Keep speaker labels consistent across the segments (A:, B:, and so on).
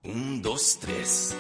A: Un, dos, tres.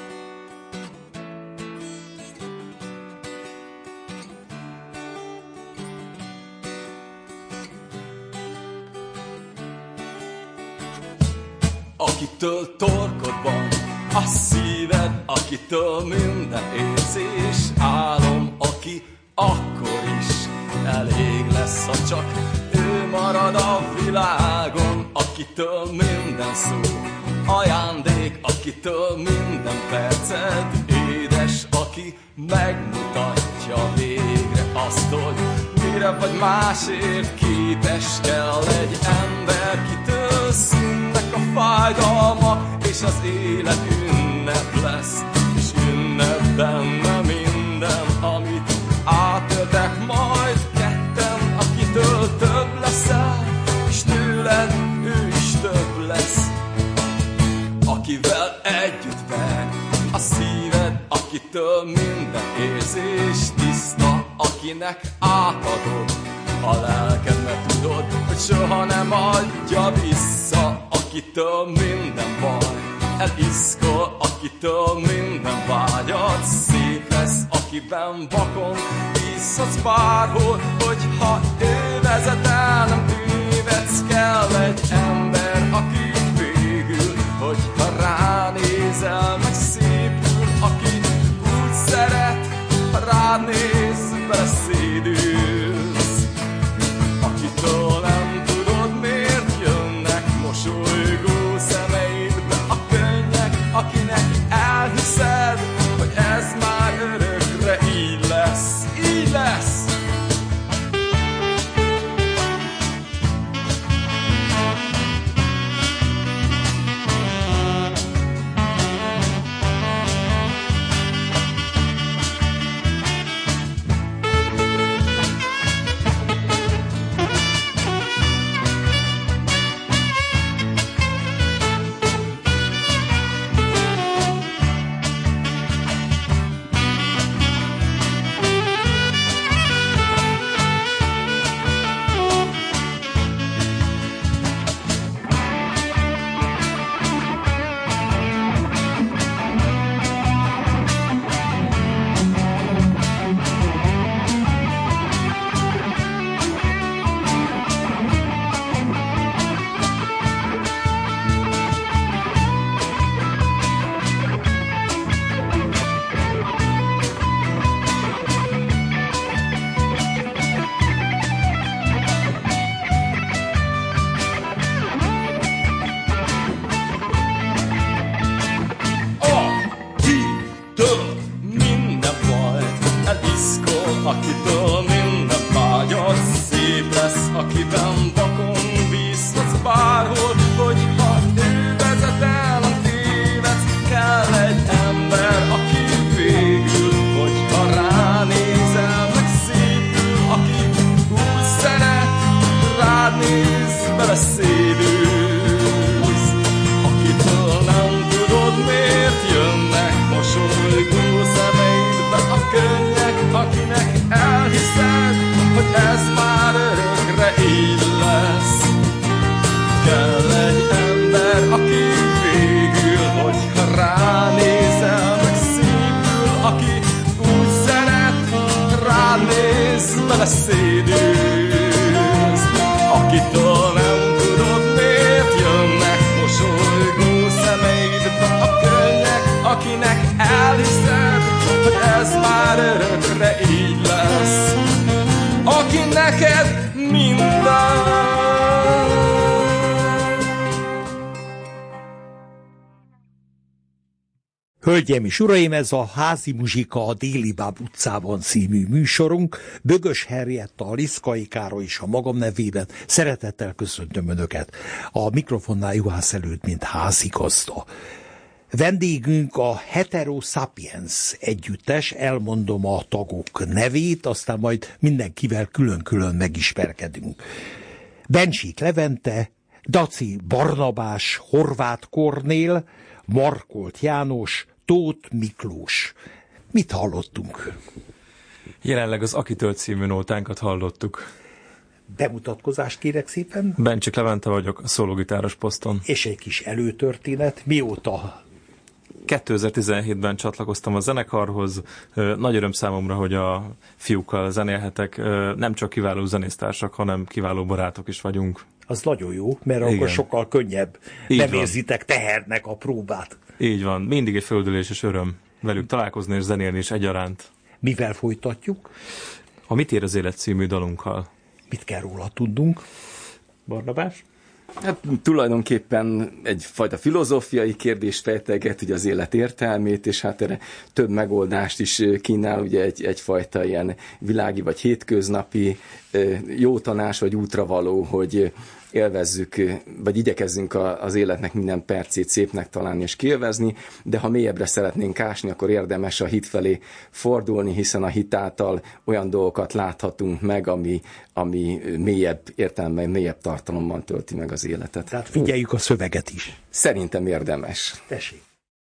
A: Akitől torkod van a szíved, akitől minden érzés álom, aki akkor is elég lesz, ha csak ő marad a világon, akitől minden szó ajándék, akitől minden perced édes, aki megmutatja végre azt, hogy mire vagy másért képes. Kell egy ember, kitől szűnnek a fájdalma, és az élet ünnep lesz, és ünnep benne minden, amit átéltek majd ketten, akitől több leszel, és tőled ő is több lesz, akivel együtt ver a szíved, akitől minden érzés tiszta, akinek átadod a lelked, mert tudod, hogy soha nem adja vissza, akitől minden baj eliszkol, akitől minden vágyat szép lesz, akiben vakon bízhatsz bárhol, hogyha ő vezet el, nem tévedsz. Kell egy ember, aki végül, hogyha ránézel, meg szépül, aki úgy szeret, ha rád néz, beleszédülsz, akitől nem tudod, miért jönnek mosolygó szemeidbe a könnyek, akinek elhiszed, hogy ez már örökre így lesz, így lesz. Akitől minden vágyat szép lesz, akiben vakon bízhatsz bárhol, hogyha ő vezet el, nem tévedsz. Kell egy ember, aki végül, hogyha ránézel, meg szépül, aki úgy szeret, rád néz, beleszédülsz, akitől nem tudod, miért jönnek mosolygó szemeidbe a könnyek, akinek elhiszed, hogy ez már örökre így lesz. Kell egy ember, aki végül, hogyha ránézel, meg szépül, aki úgy szeret, rád néz, beleszédülsz, akitől nem tudod, miért jönnek mosolygó szemeidbe a könnyek, akinek elhiszed, hogy ez már örökre így lesz, aki neked minden.
B: Hölgyeim és uraim, ez a Házi Muzsika a Déli Báb utcában című műsorunk. Bögös Henrietta, a Liszkai Károly és a magam nevében szeretettel köszöntöm Önöket a mikrofonnál Juhász előtt, mint házigazda. Vendégünk a Hetero Sapiens együttes, elmondom a tagok nevét, aztán majd mindenkivel külön-külön megismerkedünk. Bencsik Levente, Daci Barnabás, Horváth Kornél, Markolt János, Tóth Miklós. Mit hallottunk?
C: Jelenleg az Akitől című nótánkat hallottuk.
B: Bemutatkozást kérek szépen.
C: Bencsik Levente vagyok, a szólógitáros poszton.
B: És egy kis előtörténet. Mióta
C: 2017-ben csatlakoztam a zenekarhoz. Nagy öröm számomra, hogy a fiúkkal zenélhetek. Nem csak kiváló zenésztársak, hanem kiváló barátok is vagyunk.
B: Az nagyon jó, mert
C: Igen.
B: akkor sokkal könnyebb.
C: Így
B: Nem
C: van.
B: érzitek tehernek a próbát.
C: Így van, mindig egy földülés és öröm velük találkozni és zenélni is egyaránt.
B: Mivel folytatjuk?
C: A Mit ér az élet című dalunkkal.
B: Mit kell róla tudnunk?
C: Barnabás?
A: Hát tulajdonképpen egyfajta filozófiai kérdés fejteget, ugye az élet értelmét, és hát erre több megoldást is kínál, ugye egyfajta ilyen világi vagy hétköznapi jó tanács vagy útravaló, hogy élvezzük, vagy igyekezzünk az életnek minden percét szépnek találni és kiélvezni, de ha mélyebbre szeretnénk ásni, akkor érdemes a hit felé fordulni, hiszen a hit által olyan dolgokat láthatunk meg, ami mélyebb értelme, mélyebb tartalommal tölti meg az életet.
B: Tehát figyeljük a szöveget is.
A: Szerintem érdemes.
B: Tessék.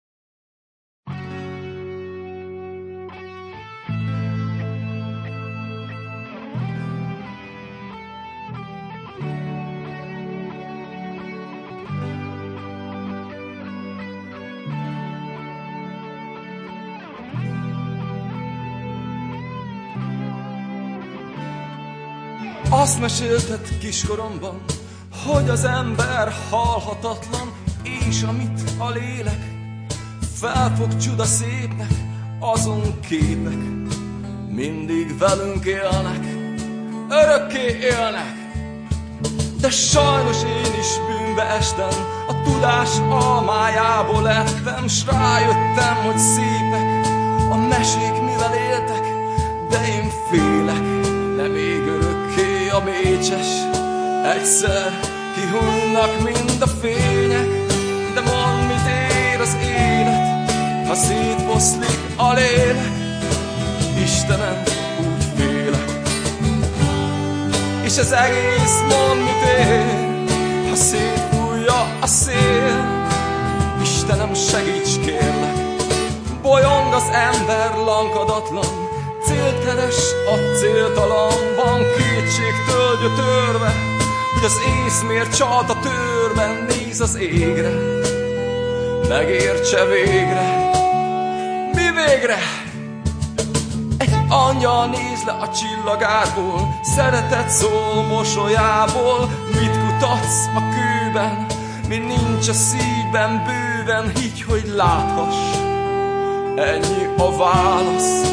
A: Azt mesélted kiskoromban, hogy az ember halhatatlan, és amit a lélek felfog csuda szépnek, azon képek mindig velünk élnek, örökké élnek. De sajnos én is bűnbe estem, a tudás almájából ettem, s rájöttem, hogy szépek a mesék, mivel éltek, de én félek, nem ég örökké a mécses, egyszer kihújnak mind a fények. De mondd, mit ér az élet, ha szétfoszlik a lélek, Istenem, úgy félek. És az egész mondd, mit ér, ha szétfújja a szél, Istenem, segíts kérlek. Bolyong az ember lankadatlan, célt keres a céltalanban, kétségtől gyötörve, hogy az ész miért csalt a törben, néz az égre, megértse végre. Mi végre? Egy angyal néz le a csillagárból, szeretet szól mosolyából. Mit kutatsz a kőben, mi nincs a szívben bőven, higgy, hogy láthass, ennyi a válasz.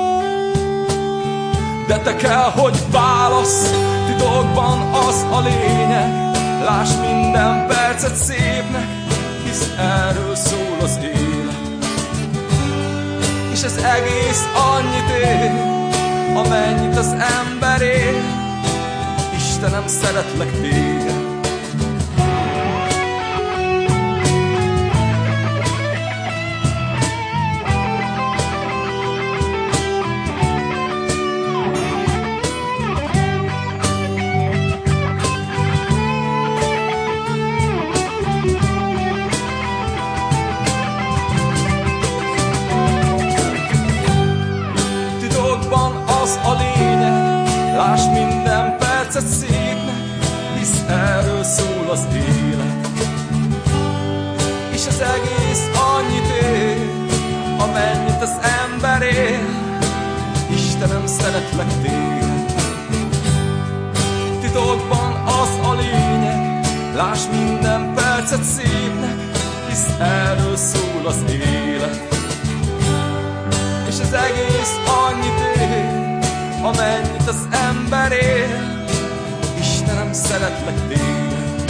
A: De te kell, hogy válasz, titokban az a lényeg, láss minden percet szépnek, hisz erről szól az élet. És ez egész annyit ér, amennyit az ember ér, Istenem, szeretlek téged. Láss minden percet szépnek, hisz erről szól az élet. És az egész annyit ér, amennyit az ember él, Istenem, szeretlek téged. Titokban az a lényeg, láss minden percet szépnek, hisz erről szól az élet. És az egész annyit ér, amennyit az ember él, Istenem, szeretlek téged.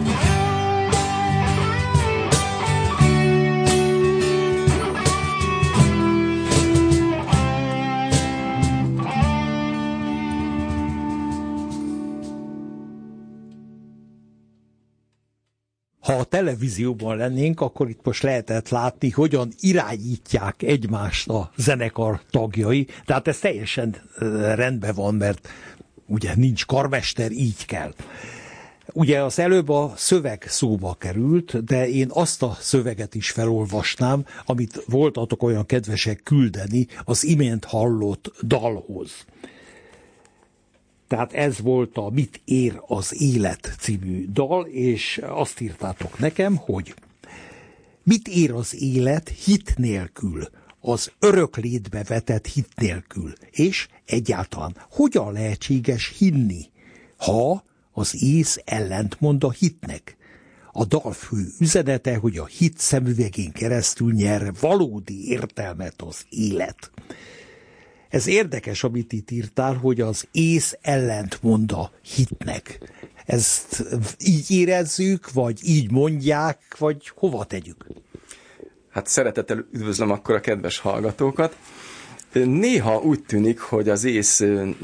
B: Ha a televízióban lennénk, akkor itt most lehetett látni, hogyan irányítják egymást a zenekar tagjai. Tehát ez teljesen rendben van, mert ugye nincs karmester, így kell. Ugye az előbb a szöveg szóba került, de én azt a szöveget is felolvasnám, amit voltatok olyan kedvesek küldeni az imént hallott dalhoz. Tehát ez volt a Mit ér az élet című dal, és azt írtátok nekem, hogy Mit ér az élet hit nélkül? Az örök létbe vetett hit nélkül? És egyáltalán hogyan lehetséges hinni, ha az ész ellentmond a hitnek? A dal fő üzenete, hogy a hit szemüvegén keresztül nyer valódi értelmet az élet. Ez érdekes, amit itt írtál, hogy az ész ellentmond a hitnek. Ezt így érezzük, vagy így mondják, vagy hova tegyük?
A: Hát szeretettel üdvözlöm akkor a kedves hallgatókat. Néha úgy tűnik, hogy az ész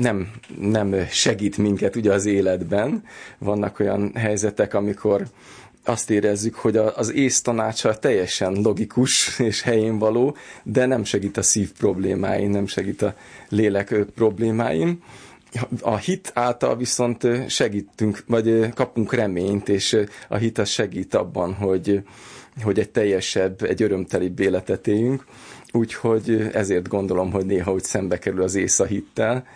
A: nem segít minket ugye az életben. Vannak olyan helyzetek, amikor azt érezzük, hogy az ész tanácsa teljesen logikus és helyén való, de nem segít a szív problémáin, nem segít a lélek problémáin. A hit által viszont segítünk, vagy kapunk reményt, és a hit az segít abban, hogy egy teljesebb, egy örömtelibb életet éljünk. Úgyhogy ezért gondolom, hogy néha úgy szembe kerül az ész a hittel,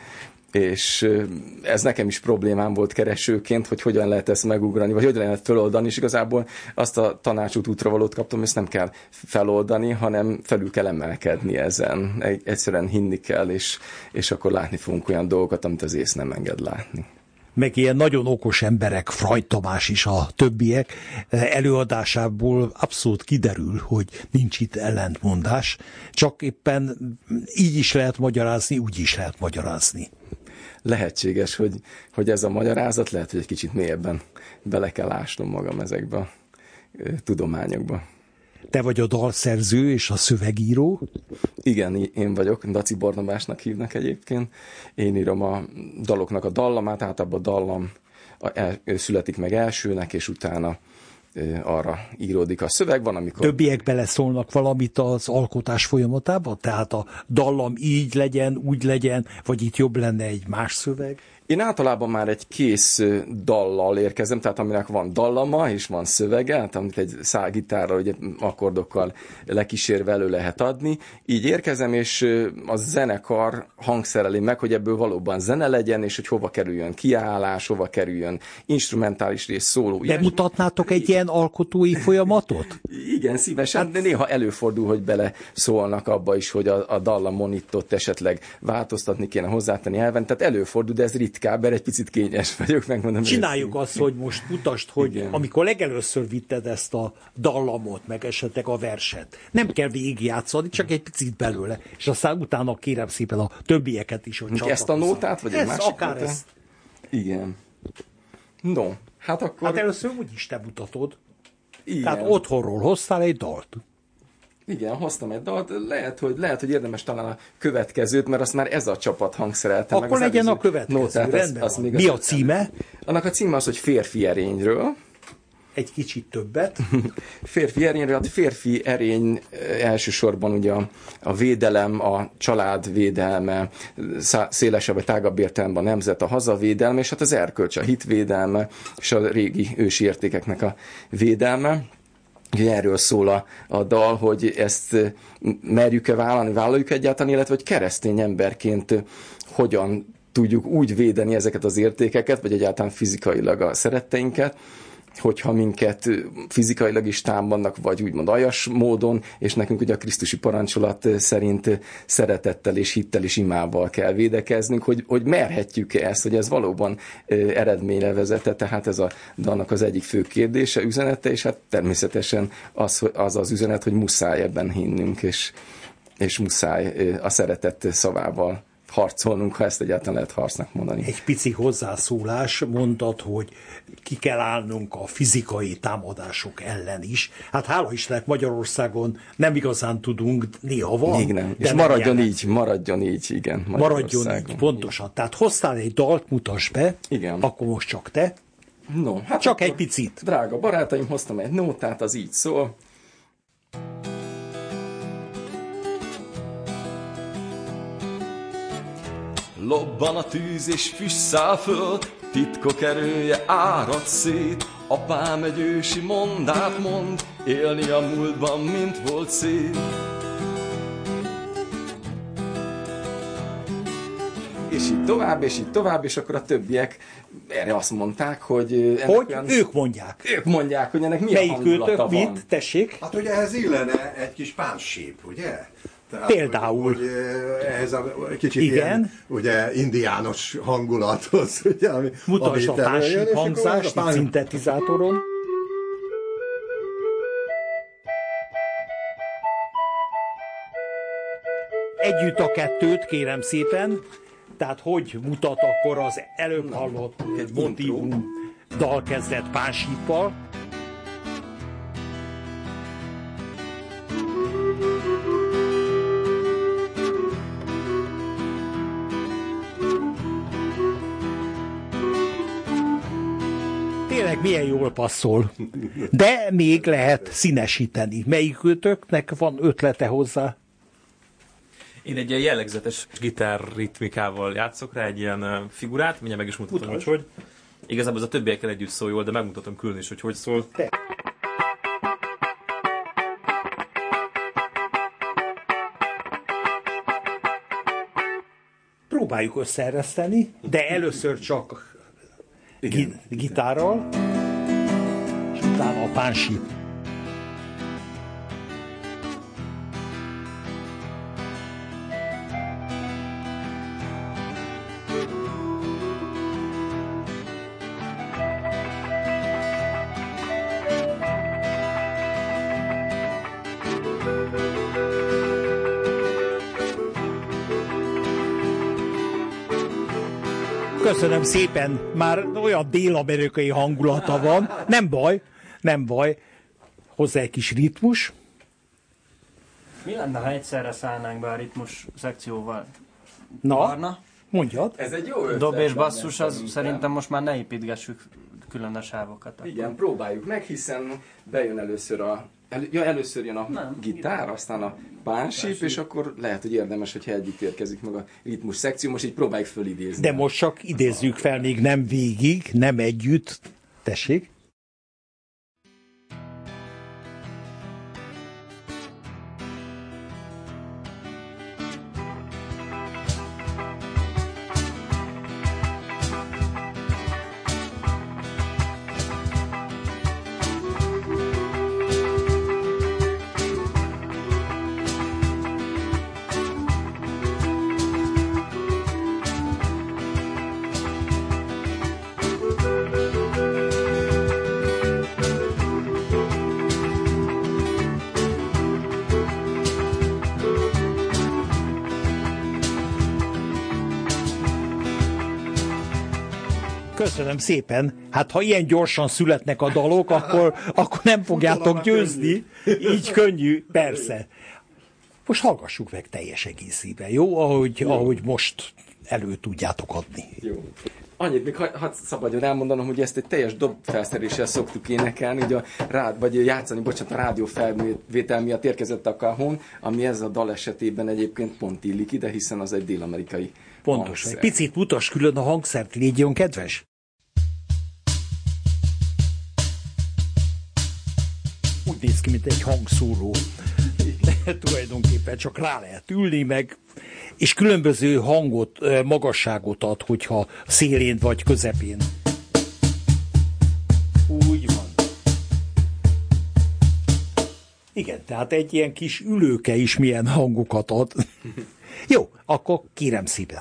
A: és ez nekem is problémám volt keresőként, hogy hogyan lehet ezt megugrani, vagy hogyan lehet feloldani, és igazából azt a tanácsot, útravalót kaptam, ezt nem kell feloldani, hanem felül kell emelkedni ezen. Egyszerűen hinni kell, és akkor látni fogunk olyan dolgokat, amit az ész nem enged látni.
B: Meg ilyen nagyon okos emberek, Frajt Tamás is a többiek előadásából abszolút kiderül, hogy nincs itt ellentmondás, csak éppen így is lehet magyarázni, úgy is lehet magyarázni.
A: Lehetséges, hogy ez a magyarázat lehet, hogy egy kicsit mélyebben bele kell ásnom magam ezekbe a tudományokba.
B: Te vagy a dalszerző és a szövegíró?
A: Igen, én vagyok, Daci Barnabásnak hívnak egyébként. Én írom a daloknak a dallamát, általában a dallam születik meg elsőnek, és utána arra íródik a szöveg. Van, amikor...
B: Többiek beleszólnak valamit az alkotás folyamatába? Tehát a dallam így legyen, úgy legyen, vagy itt jobb lenne egy más szöveg?
A: Én általában már egy kész dallal érkezem, tehát aminek van dallama és van szövege, amit egy szágitárral, ugye akkordokkal lekísérve elő lehet adni. Így érkezem, és a zenekar hangszereli meg, hogy ebből valóban zene legyen, és hogy hova kerüljön kiállás, hova kerüljön instrumentális rész, szóló.
B: Bemutatnátok egy ilyen alkotói folyamatot?
A: Igen, szívesen, de néha előfordul, hogy bele szólnak abba is, hogy a dallamon itt ott esetleg változtatni kéne, hozzátenni elven. Tehát előfordul, de ez ritkább, mert egy picit kényes vagyok, megmondom.
B: Csináljuk azt, hogy most mutasd, hogy igen. Amikor legelőször vitted ezt a dallamot, meg esetleg a verset, nem kell végigjátszani, csak egy picit belőle, és aztán utána kérem szépen a többieket is, hogy
A: ezt a nótát, vagy egy másik
B: akár
A: nótát?
B: Ezt.
A: Igen. No, hát akkor...
B: Hát először úgyis te mutatod.
A: Igen.
B: Tehát otthonról hoztál egy dalt.
A: Igen, hoztam egy dalt. Lehet, hogy érdemes talán a következőt, mert azt már ez a csapat hangszerelte.
B: Akkor meg legyen a következő,
A: nótát,
B: rendben
A: az
B: Mi a címe?
A: Annak a címe az, hogy Férfi erényről.
B: Egy kicsit többet.
A: Férfi erényről, hát férfi erény elsősorban ugye a védelem, a család védelme, szélesebb vagy tágabb értelemben a nemzet, a hazavédelme, és hát az erkölcs, a hitvédelme, és a régi ősi értékeknek a védelme. Ugye erről szól a dal, hogy ezt merjük-e vállalni, vállaljuk egyáltalán, illetve hogy keresztény emberként hogyan tudjuk úgy védeni ezeket az értékeket, vagy egyáltalán fizikailag a szeretteinket, hogyha minket fizikailag is támadnak, vagy úgymond aljas módon, és nekünk ugye a krisztusi parancsolat szerint szeretettel és hittel és imával kell védekeznünk, hogy merhetjük-e ezt, hogy ez valóban eredményre vezete, tehát ez a dalnak az egyik fő kérdése, üzenete, és hát természetesen az üzenet, hogy muszáj ebben hinnünk, és muszáj a szeretet szavával harcolnunk, ha ezt egyáltalán lehet harcnak mondani.
B: Egy pici hozzászólás, mondtad, hogy ki kell állnunk a fizikai támadások ellen is. Hát hála Istennek Magyarországon nem igazán tudunk, néha van.
A: Még nem. És maradjon így, igen.
B: Maradjon így, pontosan. Tehát hoztál egy dalt, mutass be,
A: igen.
B: Akkor most csak te.
A: No, hát
B: csak egy picit.
A: Drága barátaim, hoztam egy nótát, az így szól.
D: Lobban a tűz és füst száll föl, titkok erője árad szét. Apám egy ősi mondát mond, élni a múltban, mint volt szép.
A: és így tovább, és akkor a többiek erre azt mondták, hogy...
B: Ők mondják.
A: Ők mondják, hogy ennek milyen hangulata van.
B: Melyik mit? Tessék?
E: Hát ugye ehhez illene egy kis pánsíp, ugye? Tehát,
B: például.
E: Hogy ehhez a kicsit
B: igen.
E: Ilyen, ugye, indiános hangulathoz. Ugye,
B: mutasd a pánsíp hangzást a szintetizátoron. Együtt a kettőt, kérem szépen. Tehát hogy mutat akkor az előbb hallott motívum dalkezdett pánsíppal. Tényleg milyen jól passzol. De még lehet színesíteni. Melyikőtöknek van ötlete hozzá?
C: Én egy ilyen jellegzetes gitárritmikával játszok rá egy ilyen figurát, mindjárt meg is mutatom, hogy. Igazából ez a többiekkel együtt szól jól, de megmutatom külön is, hogy szól.
B: Te. Próbáljuk összeereszteni, de először csak gitárral, és utána a pánsíp. Köszönöm szépen, már olyan dél-amerikai hangulata van. Nem baj. Hozzá egy kis ritmus.
F: Mi lenne, ha egyszerre szállnánk be a ritmus szekcióval?
B: Na,
F: Barna?
B: mondjad.
A: Ez egy jó ötlet.
F: Dob és basszus, az szerintem most már ne építgessük külön a sávokat.
A: Igen, próbáljuk meg, hiszen bejön először először jön a gitár, aztán a pánsíp, és akkor lehet, hogy érdemes, hogyha együtt érkezik meg a ritmus szekció. Most így próbáljuk fölidézni.
B: De most csak idézzük fel, még nem végig, nem együtt. Tessék. Köszönöm szépen. Hát ha ilyen gyorsan születnek a dalok, akkor nem fogjátok győzni. Így könnyű, persze. Most hallgassuk meg teljes egészében, jó? Ahogy most elő tudjátok adni.
A: Jó. Annyit még hadd szabadjon elmondanom, hogy ezt egy teljes dobfelszereléssel szoktuk énekelni, ugye vagy játszani, a rádiófelvétel miatt érkezett a Cajon, ami ez a dal esetében egyébként pont illik ide, hiszen az egy dél-amerikai
B: pontos. Egy picit mutass külön a hangszert, légy kedves. Úgy néz ki, mint egy hangszóró. Tulajdonképpen csak rá lehet ülni meg, és különböző hangot, magasságot ad, hogyha szélén vagy közepén. Úgy van. Igen, tehát egy ilyen kis ülőke is milyen hangokat ad. Jó, akkor kérem szépen.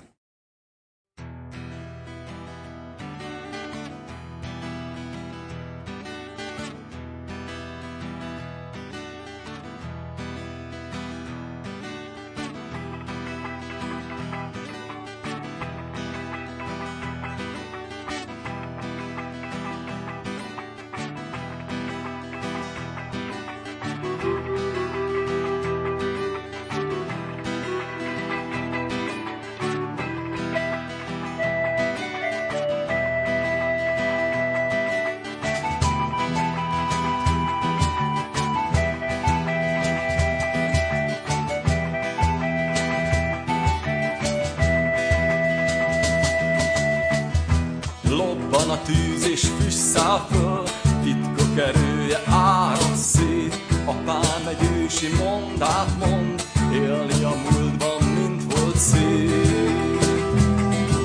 D: Lobban a tűz és füst száll föl, titkok erője árad szét. Apám egy ősi mondát mond, élni a múltban, mint volt szép.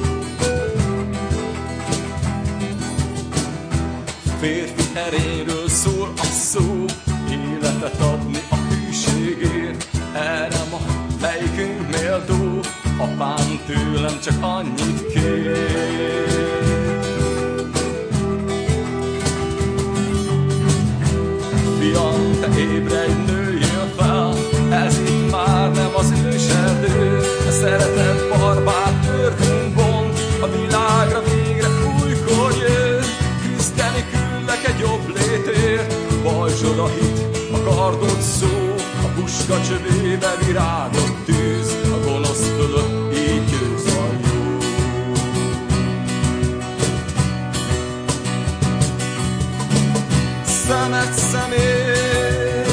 D: szó, életet adni a hűségért. Erre ma melyikünk méltó, apám tőlem csak annyit kér. Fiam, te ébredj, nőjél fel, ez itt már nem az őserdő. A szeretet barbár törvénybont, a világra végre újkor jön. Küzdeni küldek egy jobb létért, bajzsod a hit, a kardod szó, a puska csövébe virágot tűz, a gonosz fölött így győz a jó. Szemed szemét,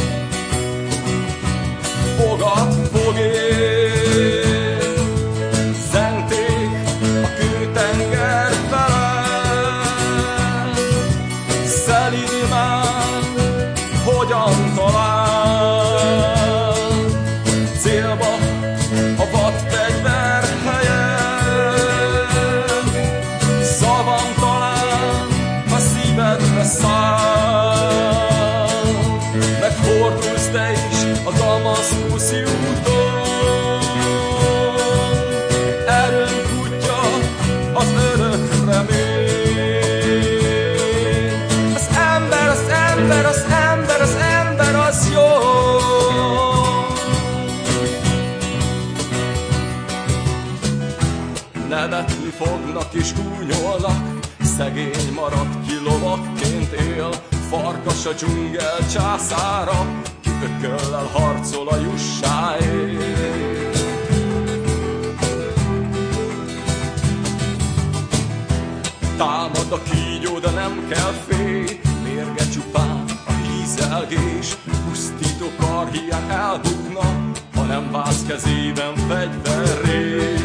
D: fogad fogét, zenték a kőtenger felett. Szelíd már, hogyan talál célba a vadfegyver helyett. Szavam talán a szívedbe száll, meghordulsz te is a damaszkuszi úton. Erőnk útja az örök remény. Az ember, az ember, az ember, az ember az jó. Nevetni fognak és gúnyolnak, szegény maradt ki lovakként él. Farkas a dzsungel császára, ki ököllel harcol a jussáért. Támad a kígyó, de nem kell félj, mérge csupán a hízelgés. Pusztító kar hiány elbukna, ha nem válsz kezében fegyverré.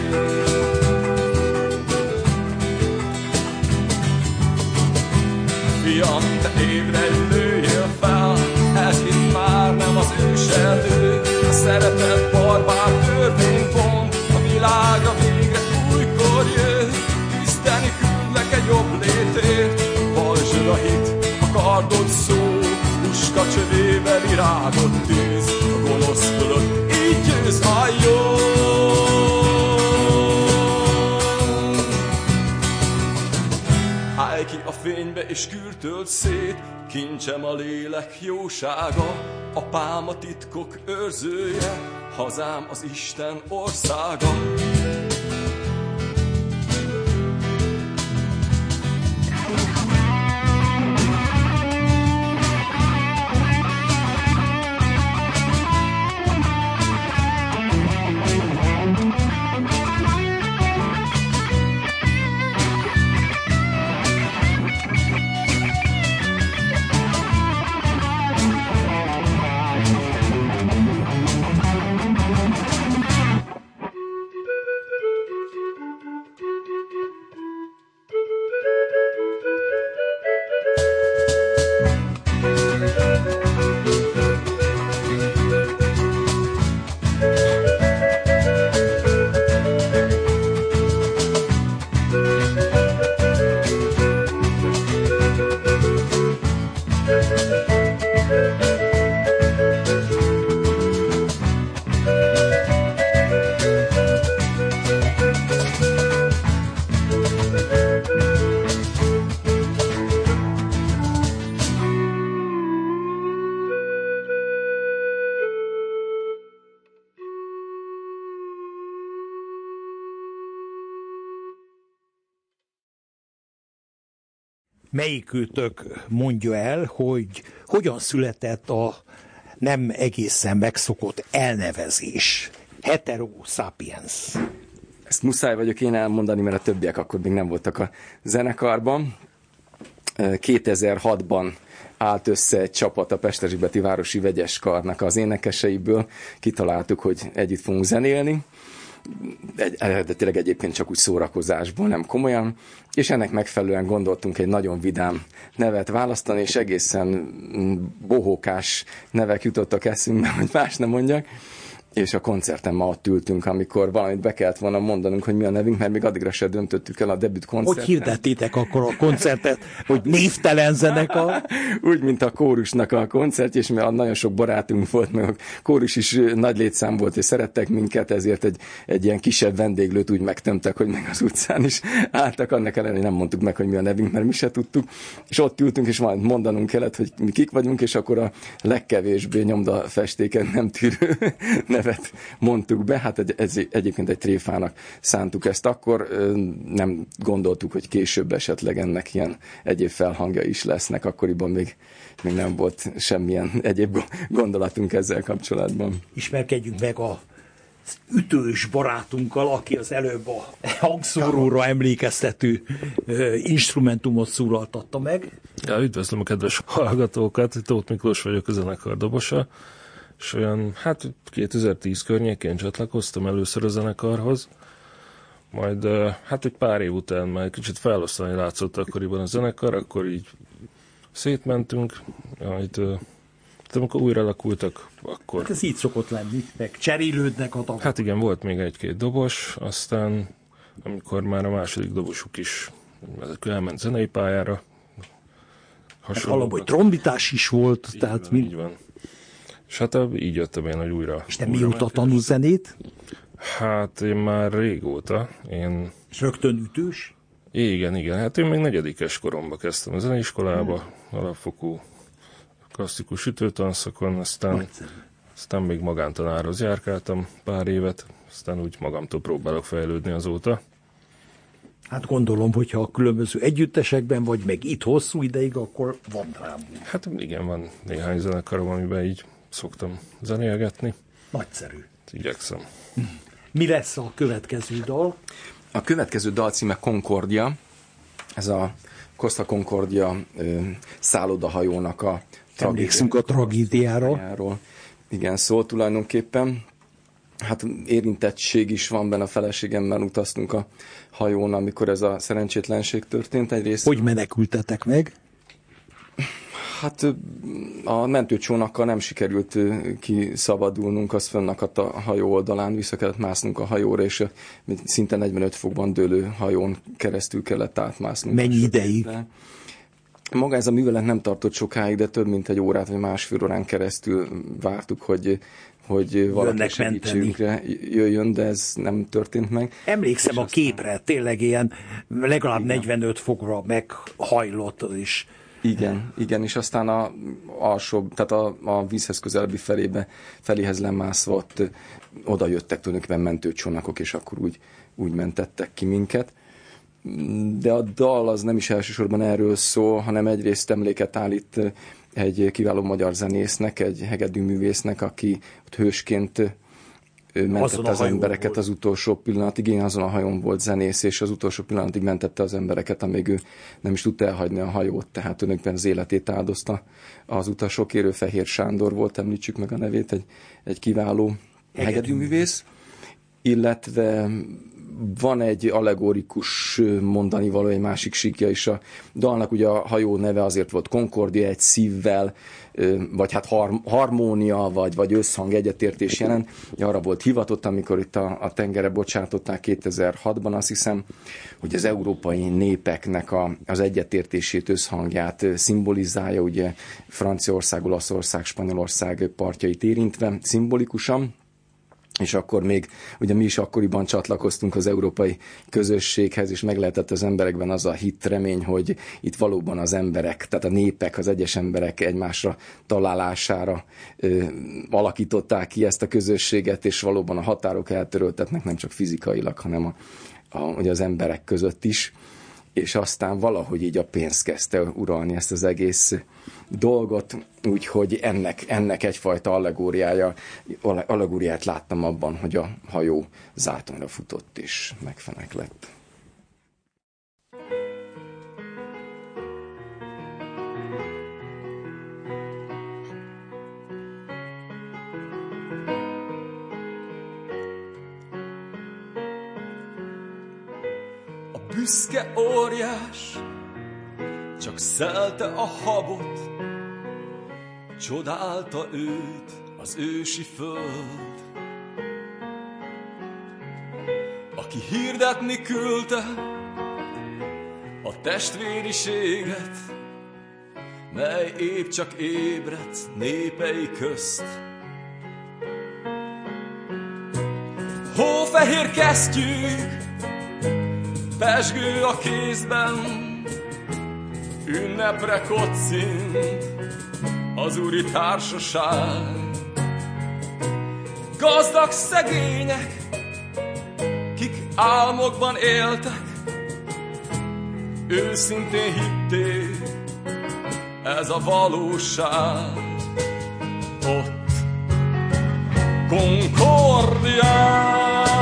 D: Fiam, te ébredj, nőjél fel, ez itt már nem az őserdő. A szeretet barbár törvénypont, a világra végre újkor jön. Küzdeni küldlek egy jobb létért, bajzsod a hit, a kardod szó, puska csövébe virágot tűz, a gonosz fölött így győz a jó. Állj ki a fénybe és kürtöld szét, kincsem a lélek jósága, apám a titkok őrzője, hazám az Isten országa.
B: Melyikőtök mondja el, hogy hogyan született a nem egészen megszokott elnevezés? Hetero sapiens.
D: Ezt muszáj vagyok én elmondani, mert a többiek akkor még nem voltak a zenekarban. 2006-ban állt össze egy csapat a Pesterzsébeti Városi Vegyes Karnak az énekeseiből. Kitaláltuk, hogy együtt fogunk zenélni. Eredetileg egyébként csak úgy szórakozásból, nem komolyan, és ennek megfelelően gondoltunk egy nagyon vidám nevet választani, és egészen bohókás nevek jutottak eszünkbe, hogy más nem mondjak,
A: és a koncerten ma ott ültünk, amikor valamit be kellett volna mondanunk, hogy mi a nevünk, mert még addigra se döntöttük el a debüt koncerten.
B: Hogy hirdettétek akkor a koncertet, hogy névtelen zenekar?
A: Úgy, mint a kórusnak a koncertje, és mert nagyon sok barátunk volt, meg a kórus is nagy létszám volt, és szerettek minket, ezért egy ilyen kisebb vendéglőt úgy megtömtek, hogy meg az utcán is álltak, annak ellenére nem mondtuk meg, hogy mi a nevünk, mert mi se tudtuk, és ott ültünk, és majd mondanunk kellett, hogy mi kik vagyunk, és akkor a legkevésbé nyomdafestéken nem tűrő nevet mondtuk be. Hát egyébként egy tréfának szántuk ezt akkor, nem gondoltuk, hogy később esetleg ennek ilyen egyéb felhangja is lesznek, akkoriban még nem volt semmilyen egyéb gondolatunk ezzel kapcsolatban.
B: Ismerkedjünk meg a ütős barátunkkal, aki az előbb a hangszóróra emlékeztető instrumentumot szólaltatta meg.
G: Ja, üdvözlöm a kedves hallgatókat, Tóth Miklós vagyok, a zenekar dobosa, és olyan, 2010 környékén csatlakoztam először a zenekarhoz, majd egy pár év után már kicsit felosztani látszott akkoriban a zenekar, akkor így szétmentünk, majd amikor újra alakultak, akkor...
B: Hát ez így szokott lenni, meg cserélődnek a tagok.
G: Hát igen, volt még egy-két dobos, aztán amikor már a második dobosuk is elment zenei pályára,
B: hallom, hogy trombitás is volt, így tehát
G: van, így van. És hát így jöttem én, hogy újra...
B: És te mióta tanulsz zenét?
G: Hát én már régóta.
B: És rögtön ütős?
G: Igen. Hát én még negyedikes koromban kezdtem a zeneiskolába, alapfokú klasszikus ütőtanszakon, aztán még magántanárhoz járkáltam pár évet, aztán úgy magamtól próbálok fejlődni azóta.
B: Hát gondolom, hogyha a különböző együttesekben vagy, meg itt hosszú ideig, akkor van rám.
G: Hát igen, van néhány zenekarom, amiben így szoktam zenélgetni.
B: Nagyszerű.
G: Igyekszem.
B: Mi lesz a következő dal?
A: A következő dal címe Concordia. Ez a Costa Concordia szállodahajónak a
B: emlékszünk a tragédiára.
A: Igen, szól tulajdonképpen. Hát érintettség is van benne, a feleségemmel utaztunk a hajón, amikor ez a szerencsétlenség történt egyrészt.
B: Hogy menekültetek meg?
A: Hát a mentőcsónakkal nem sikerült kiszabadulnunk, az fönnakadt a hajó oldalán, vissza kellett másznunk a hajóra, és szinte 45 fokban dőlő hajón keresztül kellett átmásznunk.
B: Mennyi ideig?
A: Maga ez a művelet nem tartott sokáig, de több mint egy órát vagy másfél órán keresztül vártuk, hogy valaki segítségünkre jöjjön, de ez nem történt meg.
B: Emlékszem a képre, tényleg ilyen legalább 45 fokra meghajlott is.
A: Igen, és aztán a alsóbb, tehát a vízhez közelebbi feléhez lemászva ott oda jöttek tulajdonképpen mentőcsónakok, és akkor úgy mentettek ki minket. De a dal az nem is elsősorban erről szól, hanem egyrészt emléket állít egy kiváló magyar zenésznek, egy hegedűművésznek, aki ott hősként mentette az embereket volt. Az utolsó pillanatig. Igen, azon a hajón volt zenész, és az utolsó pillanatig mentette az embereket, amíg ő nem is tudta elhagyni a hajót, tehát tulajdonképpen az életét áldozta az utasokért. Fehér Sándor volt, említsük meg a nevét, egy kiváló hegedűművész, illetve van egy allegorikus mondani való, egy másik síkja is a dalnak, ugye a hajó neve azért volt Concordia, egy szívvel, vagy hát harmónia, vagy összhang, egyetértés jelent. Arra volt hivatott, amikor itt a tengerre bocsátották 2006-ban, azt hiszem, hogy az európai népeknek az egyetértését, összhangját szimbolizálja, ugye Franciaország, Olaszország, Spanyolország partjait érintve, szimbolikusan. És akkor még, ugye mi is akkoriban csatlakoztunk az európai közösséghez, és meg lehetett az emberekben az a hit, remény, hogy itt valóban az emberek, tehát a népek, az egyes emberek egymásra találására alakították ki ezt a közösséget, és valóban a határok eltöröltetnek nem csak fizikailag, hanem ugye az emberek között is. És aztán valahogy így a pénz kezdte uralni ezt az egész dolgot, úgyhogy ennek egyfajta allegóriát láttam abban, hogy a hajó zátonyra futott és megfeneklett.
D: Büszke óriás csak szelte a habot, csodálta őt az ősi föld.
A: aki hirdetni küldte a testvériséget, mely épp csak ébredt népei közt. Hófehér kesztyűk, pezsgő a kézben, ünnepre kocint az úri társaság. Gazdag szegények, kik álmokban éltek, őszintén hitték, ez a valóság. Ott Concordián.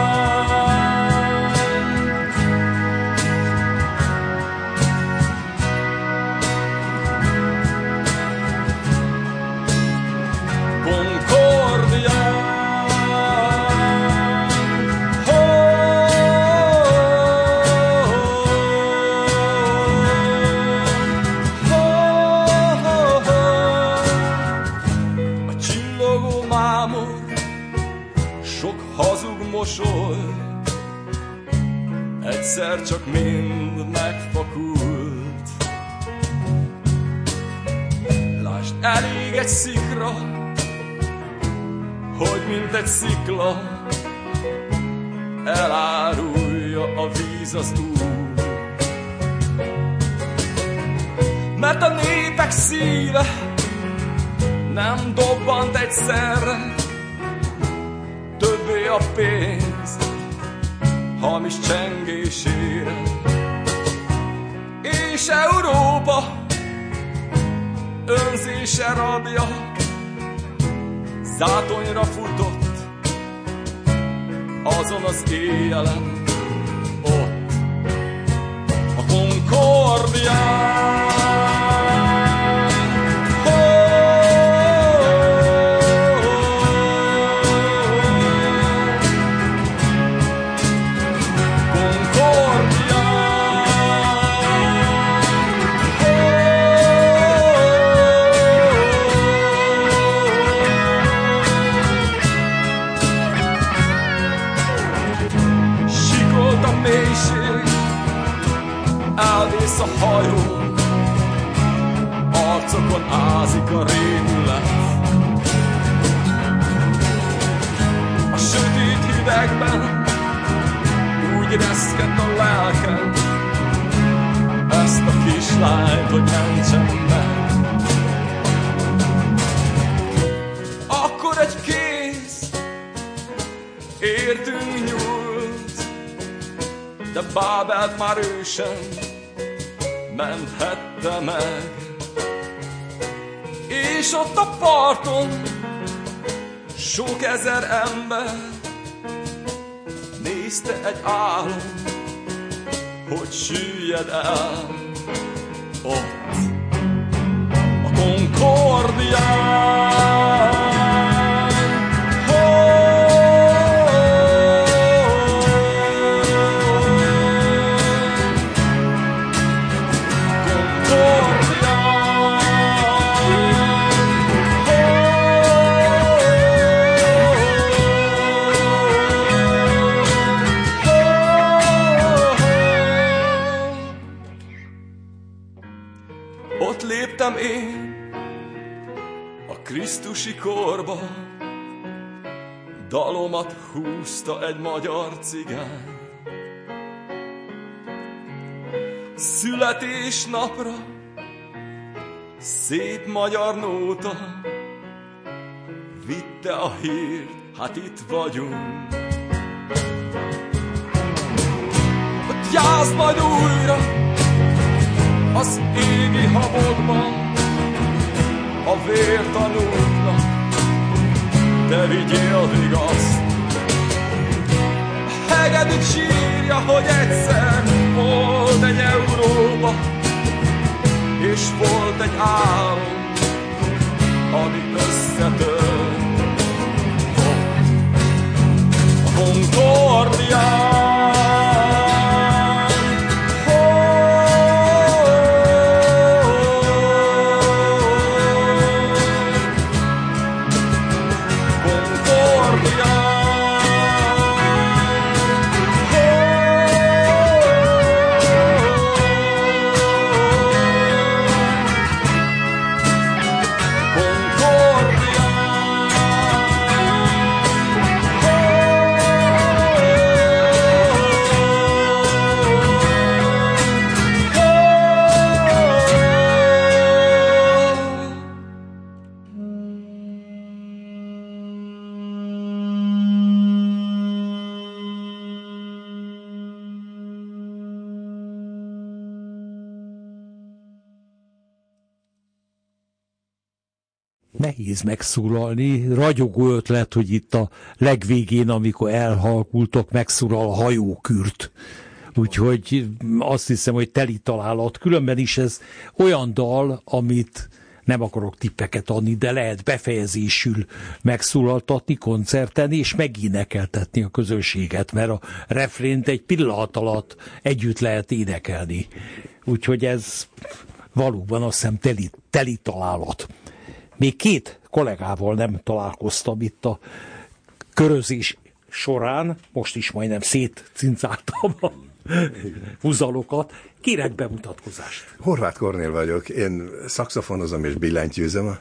A: Egyszer csak mind megfakult. Lásd, elég egy szikra, hogy mint egy szikla elárulja a víz az Úr. Mert a népek szíve nem dobbant egyszerre, többé a pénz hamis csengésére. És Európa önzése rabja zátonyra futott azon az éjjelen, ott a Concordián. Elvész a hajó, arcokon ázik a rémület. A sötét hidegben úgy reszket a lelkem, ezt a kislányt, hogy mentsem meg. Akkor egy kéz értünk nyúlt, de Bábelt már ő sem menthette meg. És ott a parton sok ezer ember nézte egy álom, hogy süllyed el. Ott a Concordián. Ott léptem én a krisztusi korba, dalomat húzta egy magyar cigány. Születésnapra szép magyar nóta vitte a hírt, hát itt vagyunk. Ott jársz majd újra az égi habokban, a vértanúknak te vigyél vigaszt. A hegedűk sírja, hogy egyszer volt egy Európa, és volt egy álom, ami összetört. A Concordián. Concordián.
B: Nehéz megszólalni. Ragyogó ötlet, hogy itt a legvégén, amikor elhalkultok, megszólal a hajókürt. Úgyhogy azt hiszem, hogy teli találat. Különben is ez olyan dal, amit nem akarok tippeket adni, de lehet befejezésül megszólaltatni koncerten, és megénekeltetni a közönséget, mert a refrént egy pillanat alatt együtt lehet énekelni. Úgyhogy ez valóban azt hiszem teli találat. Még 2 kollégával nem találkoztam itt a körözés során, most is majdnem szétcincáltam a húzalokat. Kérek bemutatkozást.
E: Horváth Kornél vagyok, én szaxofonozom és billentyűzöm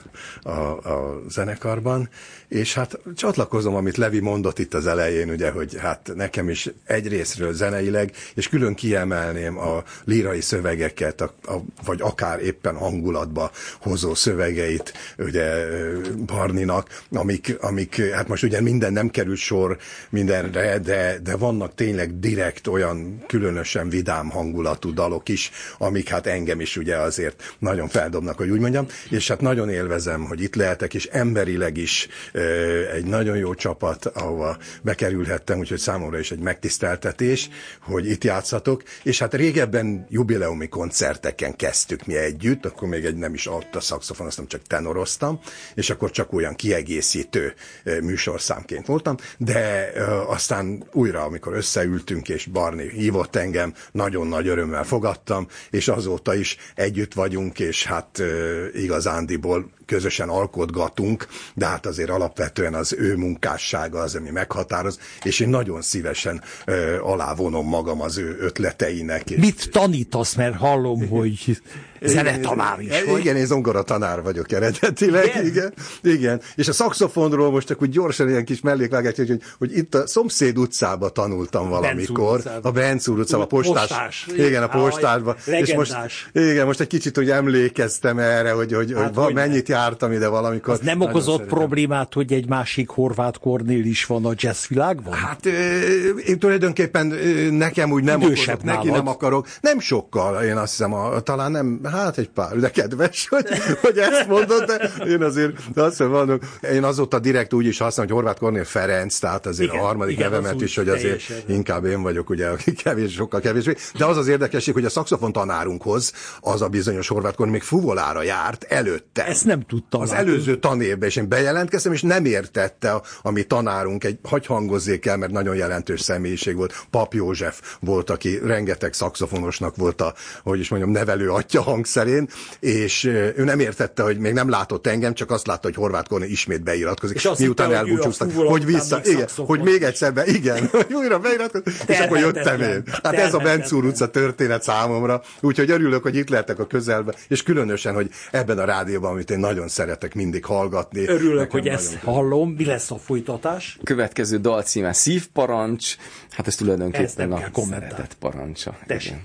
E: a zenekarban, és hát csatlakozom, amit Levi mondott itt az elején, ugye, hogy hát nekem is egyrészről zeneileg, és külön kiemelném a lírai szövegeket, vagy akár éppen hangulatba hozó szövegeit, ugye Barninak, amik hát most ugye minden nem kerül sor mindenre, de vannak tényleg direkt olyan különösen vidám hangulatú dalok is, amik hát engem is ugye azért nagyon feldobnak, hogy úgy mondjam, és hát nagyon élvezem, hogy itt lehetek, és emberileg is egy nagyon jó csapat, ahova bekerülhettem, úgyhogy számomra is egy megtiszteltetés, hogy itt játszatok, és hát régebben jubileumi koncerteken kezdtük mi együtt, akkor még nem is altta szaxofonoztam, csak tenoroztam, és akkor csak olyan kiegészítő műsorszámként voltam, de aztán újra, amikor összeültünk, és Barni hívott engem, nagyon nagy örömmel fogadtam, és azóta is együtt vagyunk, és hát igazándiból közösen alkotgatunk, de hát azért alapvetően az ő munkássága az, ami meghatároz, és én nagyon szívesen alávonom magam az ő ötleteinek.
B: Mit tanítasz, mert hallom, hogy zenetanár is vagy.
E: Igen, én zongoratanár vagyok eredetileg, igen. És a szaxofonról most csak úgy gyorsan ilyen kis mellékvágás, hogy itt a szomszéd utcába tanultam valamikor, a Bencúr utcában, a postás. Igen, a postásban. És most egy kicsit úgy emlékeztem erre, hogy hát, mennyit jártam ide valamikor.
B: Az nem okozott problémát, hogy egy másik Horváth Kornél is van a jazzvilágban?
E: Hát én tulajdonképpen nekem úgy nem okozott, neki nem akarok. Nem sokkal, én azt hiszem, talán nem, hát egy pár, de kedves, hogy ezt mondod, de én azért azt mondom, én azóta direkt úgy is használom, hogy Horváth Kornél Ferenc, tehát azért igen, a harmadik nevemet is, hogy azért inkább én vagyok, ugye, sokkal kevésbé. De az az érdekesség, hogy a szaxofon tanárunkhoz az a bizonyos Horváth Kornél még fuvolára járt előtte.
B: Ezt nem tudtam.
E: Az előző tanévben, és én bejelentkeztem, és nem értette a mi tanárunk, hagy hangozzék el, mert nagyon jelentős személyiség volt. Pap József volt, aki rengeteg szaxofonosnak volt hogy is mondjam, nevelő atya hangszerén, és ő nem értette, hogy még nem látott engem, csak azt látta, hogy Horváth Kornél ismét beiratkozik. És miután elbúcsúztak, hogy vissza, igen, hogy még egyszer igen, hogy újra beiratkozik, és akkor jöttem én. Hát ez a Bencúr utca történet számomra, úgyhogy örülök, hogy itt lehetek a közelben, és különösen, hogy ebben a rádióban, amit én nagyon szeretek mindig hallgatni.
B: Örülök, hogy ezt hallom. Mi lesz a folytatás?
A: Következő dal címe Szívparancs, hát ez tulajdonképpen a szeretet parancsa.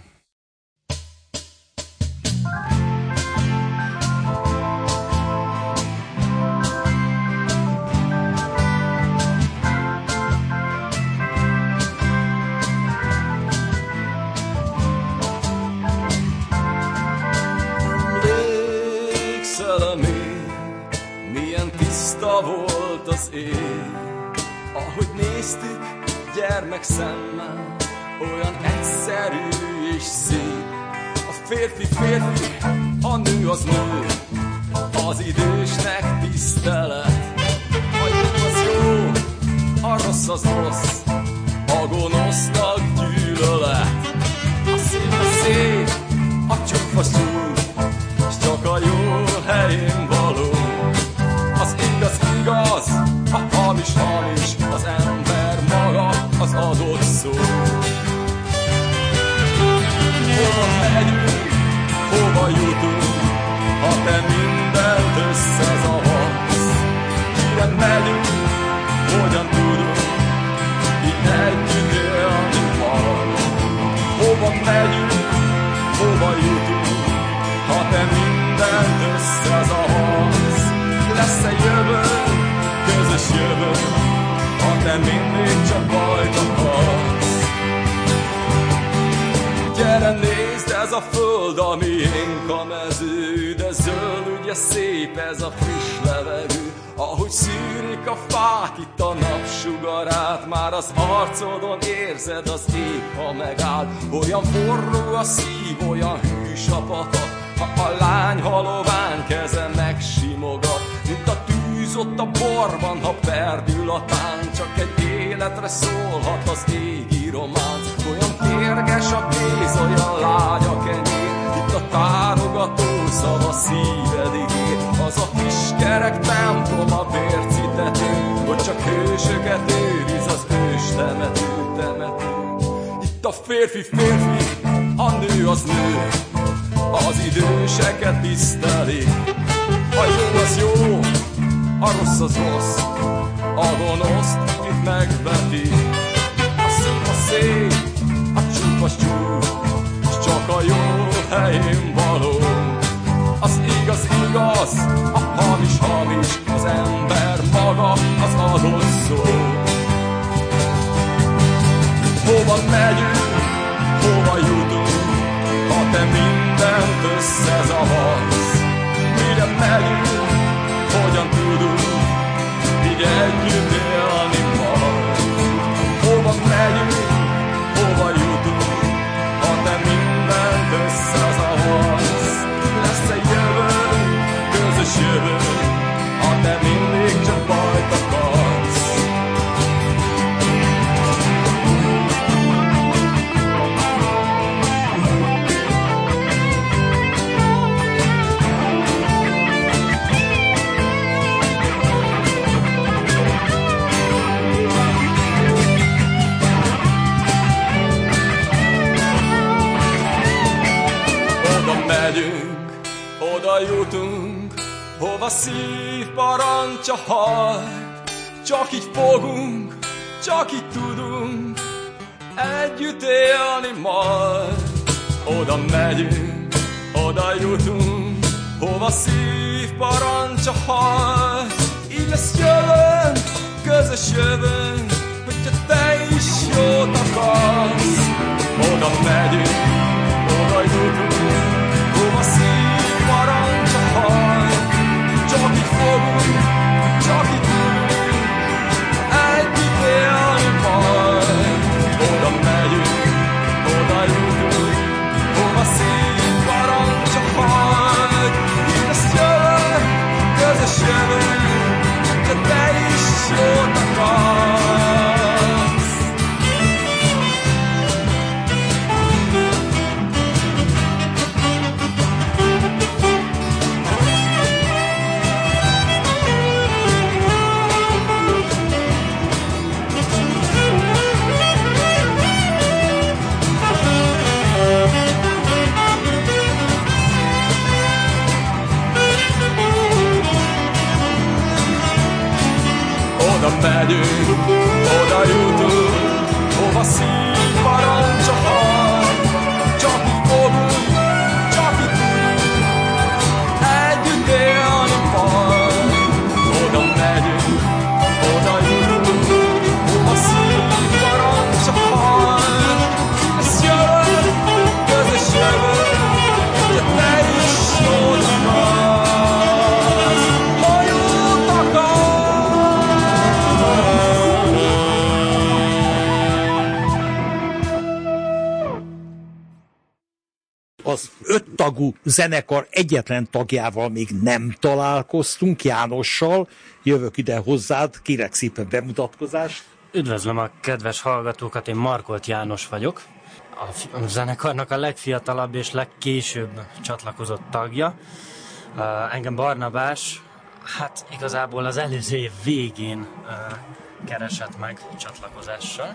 D: Volt az ég, ahogy néztük gyermekszemmel, olyan egyszerű és szép. A férfi, a nő az nő, az idősnek tisztelet. A jó az jó, a rossz az rossz, a gonosznak gyűlölet. A szép, a csúf az csúf, s csak a jó helyén való. Az igaz, a hamis, az ember maga az adott szó. Hova megyünk, hova jutunk, ha te mindent összezavarsz? Mire megyünk, hogyan tudunk így együtt élni majd? Hova megyünk, hova jutunk, ha te mindent összezavarsz? Lesz-e jövő, közös jövő, ha te mindig csak bajt akarsz? Gyere nézd, ez a föld, a miénk a mező, de zöld
A: de szép ez a friss levegő, ahogy szűrik a fák itt a napsugarát, már az arcodon érzed az ég, ha megáll. Olyan forró a szív, olyan hűs a patak, ha a lány halovány keze megsimogat, mint a tűz ott a borban, ha perdül a tánc, csak egy életre szólhat az égi románc. Olyan kérges a kéz, olyan lágy a kenyér, itt a tárogató szava szíved ígér. Az a kiskerek templom, a vércitető, hogy csak hősöket őriz az ős temető. Itt a férfi, a nő az nő, az időseket tisztelik. A jó az jó, a rossz az rossz, a gonoszt itt megveti. A szép a szép, a csúf az csúf, s csak a jó helyén való. Az igaz igaz, a hamis hamis, az ember maga az adott szó. Hova megyünk, hova jutunk, ha te mindent összezavarsz? Mire megyünk, hogyan tudunk így együtt élni majd? Hova megyünk, hova jutunk, ha te mindent összezavarsz? Lesz egy jövő, közös jövő, ha te mindig csak bajt akarsz. Megyünk, oda jutunk, hova szív parancsa hajt. Csak így fogunk, csak így tudunk együtt élni majd. Oda megyünk, oda jutunk, hova szív parancsa hajt. Így lesz jövőnk, közös jövőnk, hogyha te is jót akarsz. Oda megyünk, oda jutunk, hova szív parancsa hajt. Csak így fogunk, csak így tudunk együtt élni majd. Oda megyünk, oda jutunk, hova szív parancsa hajt. Így lesz jövő, közös jövő, de te is jót akarsz. Oda megyünk, oda jutunk, hova szív parancsa hajt. Csak így fogunk, csak így tudunk együtt élni majd. Oda megyünk, oda jutunk, hova szív parancsa hajt. Ez jövő, közös jövő, de te is jót akarsz. Ha jót akarsz.
B: Az 5 tagú zenekar egyetlen tagjával még nem találkoztunk, Jánossal. Jövök ide hozzád, kérek szépen bemutatkozást.
F: Üdvözlöm a kedves hallgatókat, én Markolt János vagyok. A zenekarnak a legfiatalabb és legkésőbb csatlakozott tagja. Engem Barnabás, hát igazából az előző év végén keresett meg csatlakozással.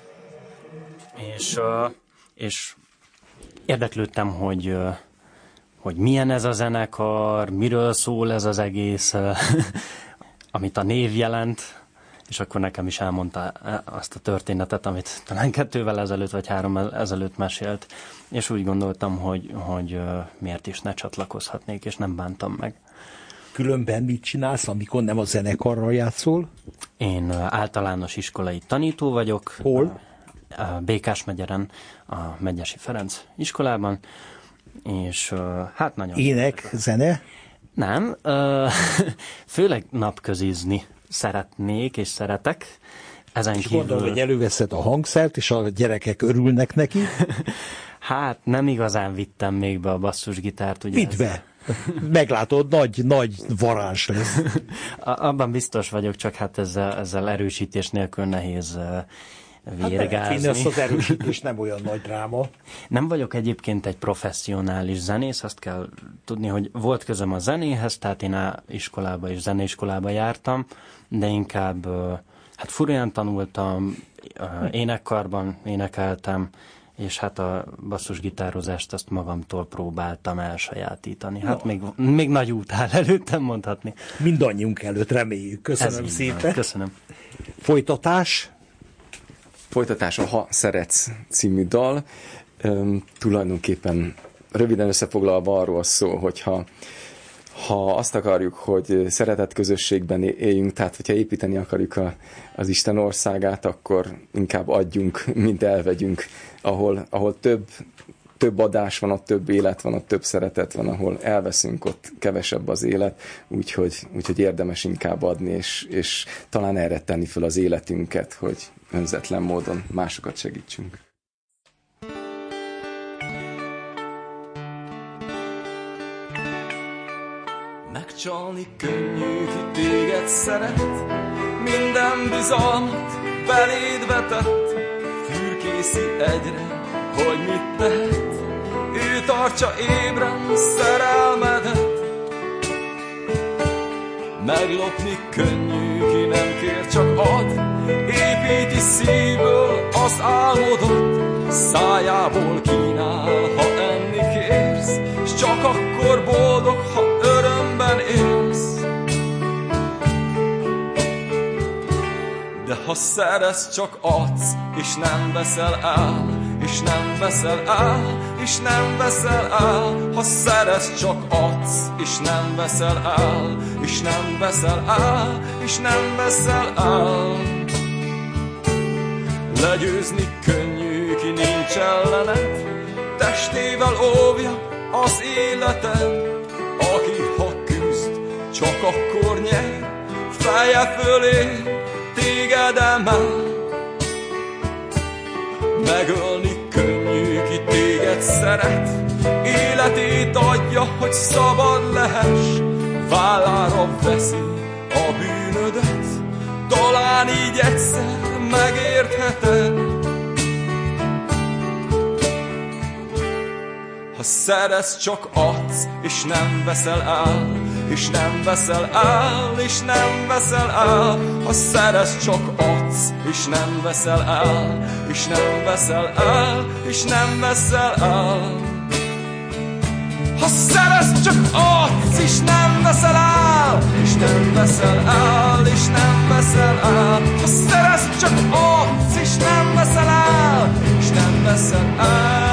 F: És érdeklődtem, hogy milyen ez a zenekar, miről szól ez az egész, amit a név jelent, és akkor nekem is elmondta azt a történetet, amit talán 2 ezelőtt vagy 3 ezelőtt mesélt, és úgy gondoltam, hogy miért is ne csatlakozhatnék, és nem bántam meg.
B: Különben mit csinálsz, amikor nem a zenekarral játszol?
F: Én általános iskolai tanító vagyok.
B: Hol?
F: Békásmegyeren, a Medgyessy Ferenc iskolában, és hát nagyon...
B: Ének, zene?
F: Nem, főleg napközizni szeretnék és szeretek. Ezen
B: És
F: kívül...
B: gondolom, hogy előveszed a hangszert, és a gyerekek örülnek neki.
F: Hát nem igazán vittem még be a basszusgitárt. Ugye
B: Vidd be! Meglátod, nagy varázs lesz.
F: Abban biztos vagyok, csak hát ezzel erősítés nélkül nehéz vérgázni.
B: Hát az erősítés nem olyan nagy dráma.
F: Nem vagyok egyébként egy professzionális zenész, azt kell tudni, hogy volt közöm a zenéhez, tehát én iskolába és zeneiskolába jártam, de inkább hát furán tanultam, énekkarban énekeltem, és hát a basszusgitározást azt magamtól próbáltam elsajátítani. Hát még nagy út áll előttem, mondhatni.
B: Mindannyiunk előtt, reméljük. Köszönöm szépen.
F: Köszönöm.
B: Folytatás?
A: Folytatás a Ha szeretsz című dal. Tulajdonképpen röviden összefoglalva arról szól, hogyha azt akarjuk, hogy szeretett közösségben éljünk, tehát hogyha építeni akarjuk az Isten országát, akkor inkább adjunk, mint elvegyünk. Ahol több adás van, ott több élet van, ott több szeretet van, ahol elveszünk, ott kevesebb az élet, úgyhogy érdemes inkább adni, és talán erre tenni fel az életünket, hogy önzetlen módon másokat segítsünk.
D: Megcsalni könnyű, ki téged szeret, minden bizalmat beléd vetett, fürkészi egyre, hogy mit tehet, ő tartsa ébren szerelmedet. Meglopni könnyű, ki nem kér, csak ad, építi szívből az álmodot, szájából kínál, ha enni kérsz, s csak akkor boldog, ha örömben élsz. De ha szeretsz, csak adsz, és nem veszel el, és nem veszel el, és nem veszel el. Ha szeretsz, csak adsz, és nem veszel el, és nem veszel el, és nem veszel el. Legyőzni könnyű, ki nincs ellened, testével óvja az életed. Aki ha küzd, csak akkor nyer, feje fölé téged emel. Megölni könnyű, ki téged szeret, életét adja, hogy szabad lehess. Vállára veszi a bűnödet, talán így egyszer megértheted. Ha szeretsz, csak adsz, és nem veszel el, és nem veszel el, és nem veszel el. Ha szeretsz, csak adsz, és nem veszel el, és nem veszel el, és nem veszel el. Ha szeretsz, csak adsz, és nem veszel el, és nem veszel el, és nem veszel el. Ha szeretsz, csak adsz, és nem veszel el, és nem veszel el.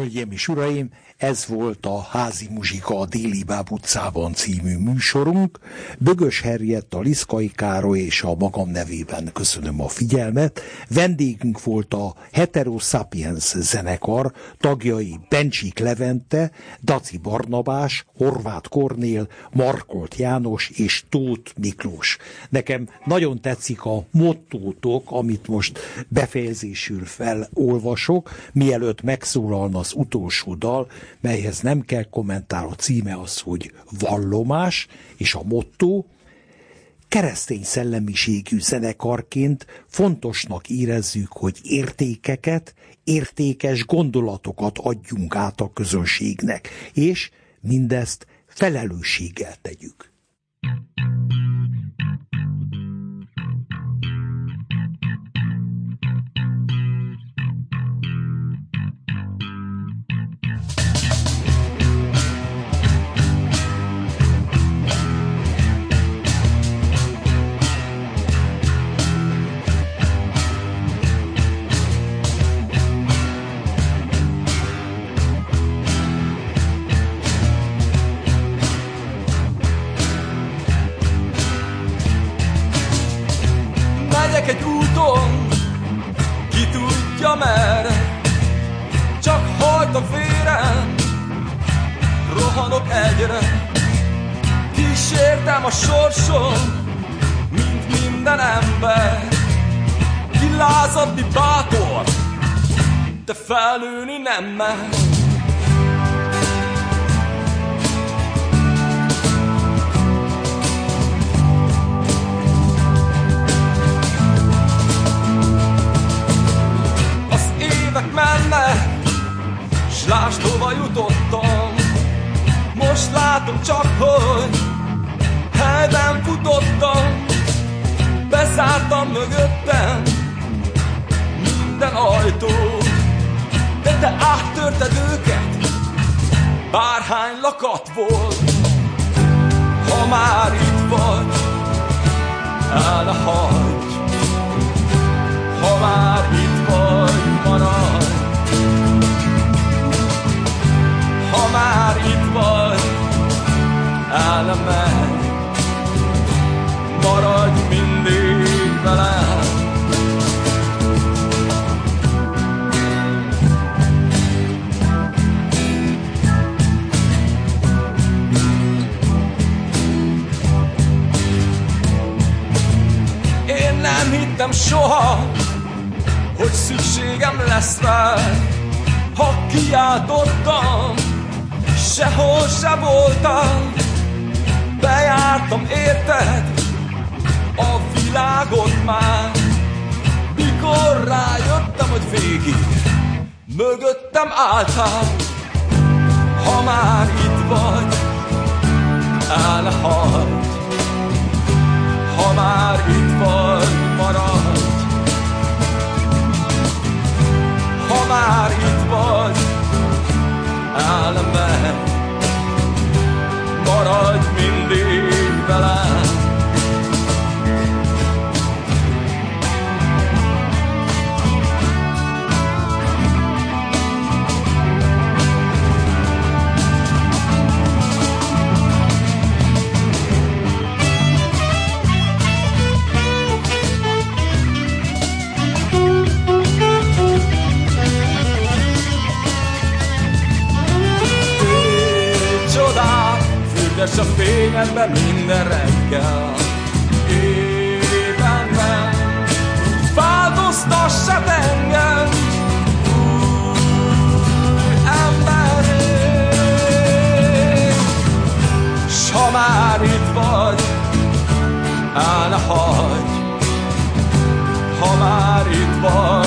B: Hölgyeim és uraim, ez volt a Házi muzsika a Déli Báb utcában című műsorunk. Bögös Henrietta, Liszkai Károly és a magam nevében köszönöm a figyelmet. Vendégünk volt a Hetero Sapiens zenekar, tagjai Bencsik Levente, Daci Barnabás, Horváth Kornél, Markolt János és Tóth Miklós. Nekem nagyon tetszik a mottótok, amit most befejezésül felolvasok, mielőtt megszólalna az utolsó dal, melyhez nem kell kommentár, a címe az, hogy Vallomás, és a motto: keresztény szellemiségű zenekarként fontosnak érezzük, hogy értékeket, értékes gondolatokat adjunk át a közönségnek, és mindezt felelősséggel tegyük.
D: Egy úton, ki tudja merre, csak hajt a vérem, rohanok egyre. Kísértem a sorsom, mint minden ember, kilázadni bátor, de felnőni nem mer. Mennek, s lásd, hova jutottam. Most látom csak, hogy helyben futottam. Bezártam mögöttem minden ajtót, de te áttörted őket, bárhány lakat volt. Ha már itt vagy, el ne hagyj. Ha már itt vagy, maradj. Ha már itt vagy, el ne menj. Maradj mindig velem. Én nem hittem soha, hogy szükségem lesz rád. Ha kiáltottam, sehol se voltam. Bejártam érted a világot már. Mikor rájöttem, hogy végig mögöttem álltál. Ha már itt vagy, el ne hagyd. Ha már itt vagy, maradj. Ha már itt vagy, el ne menj. Maradj mindig velem. Fürges a fényedben minden reggel. Évenben változtassad engem, új emberré. S ha már itt vagy, el ne hagyj. Ha már itt vagy,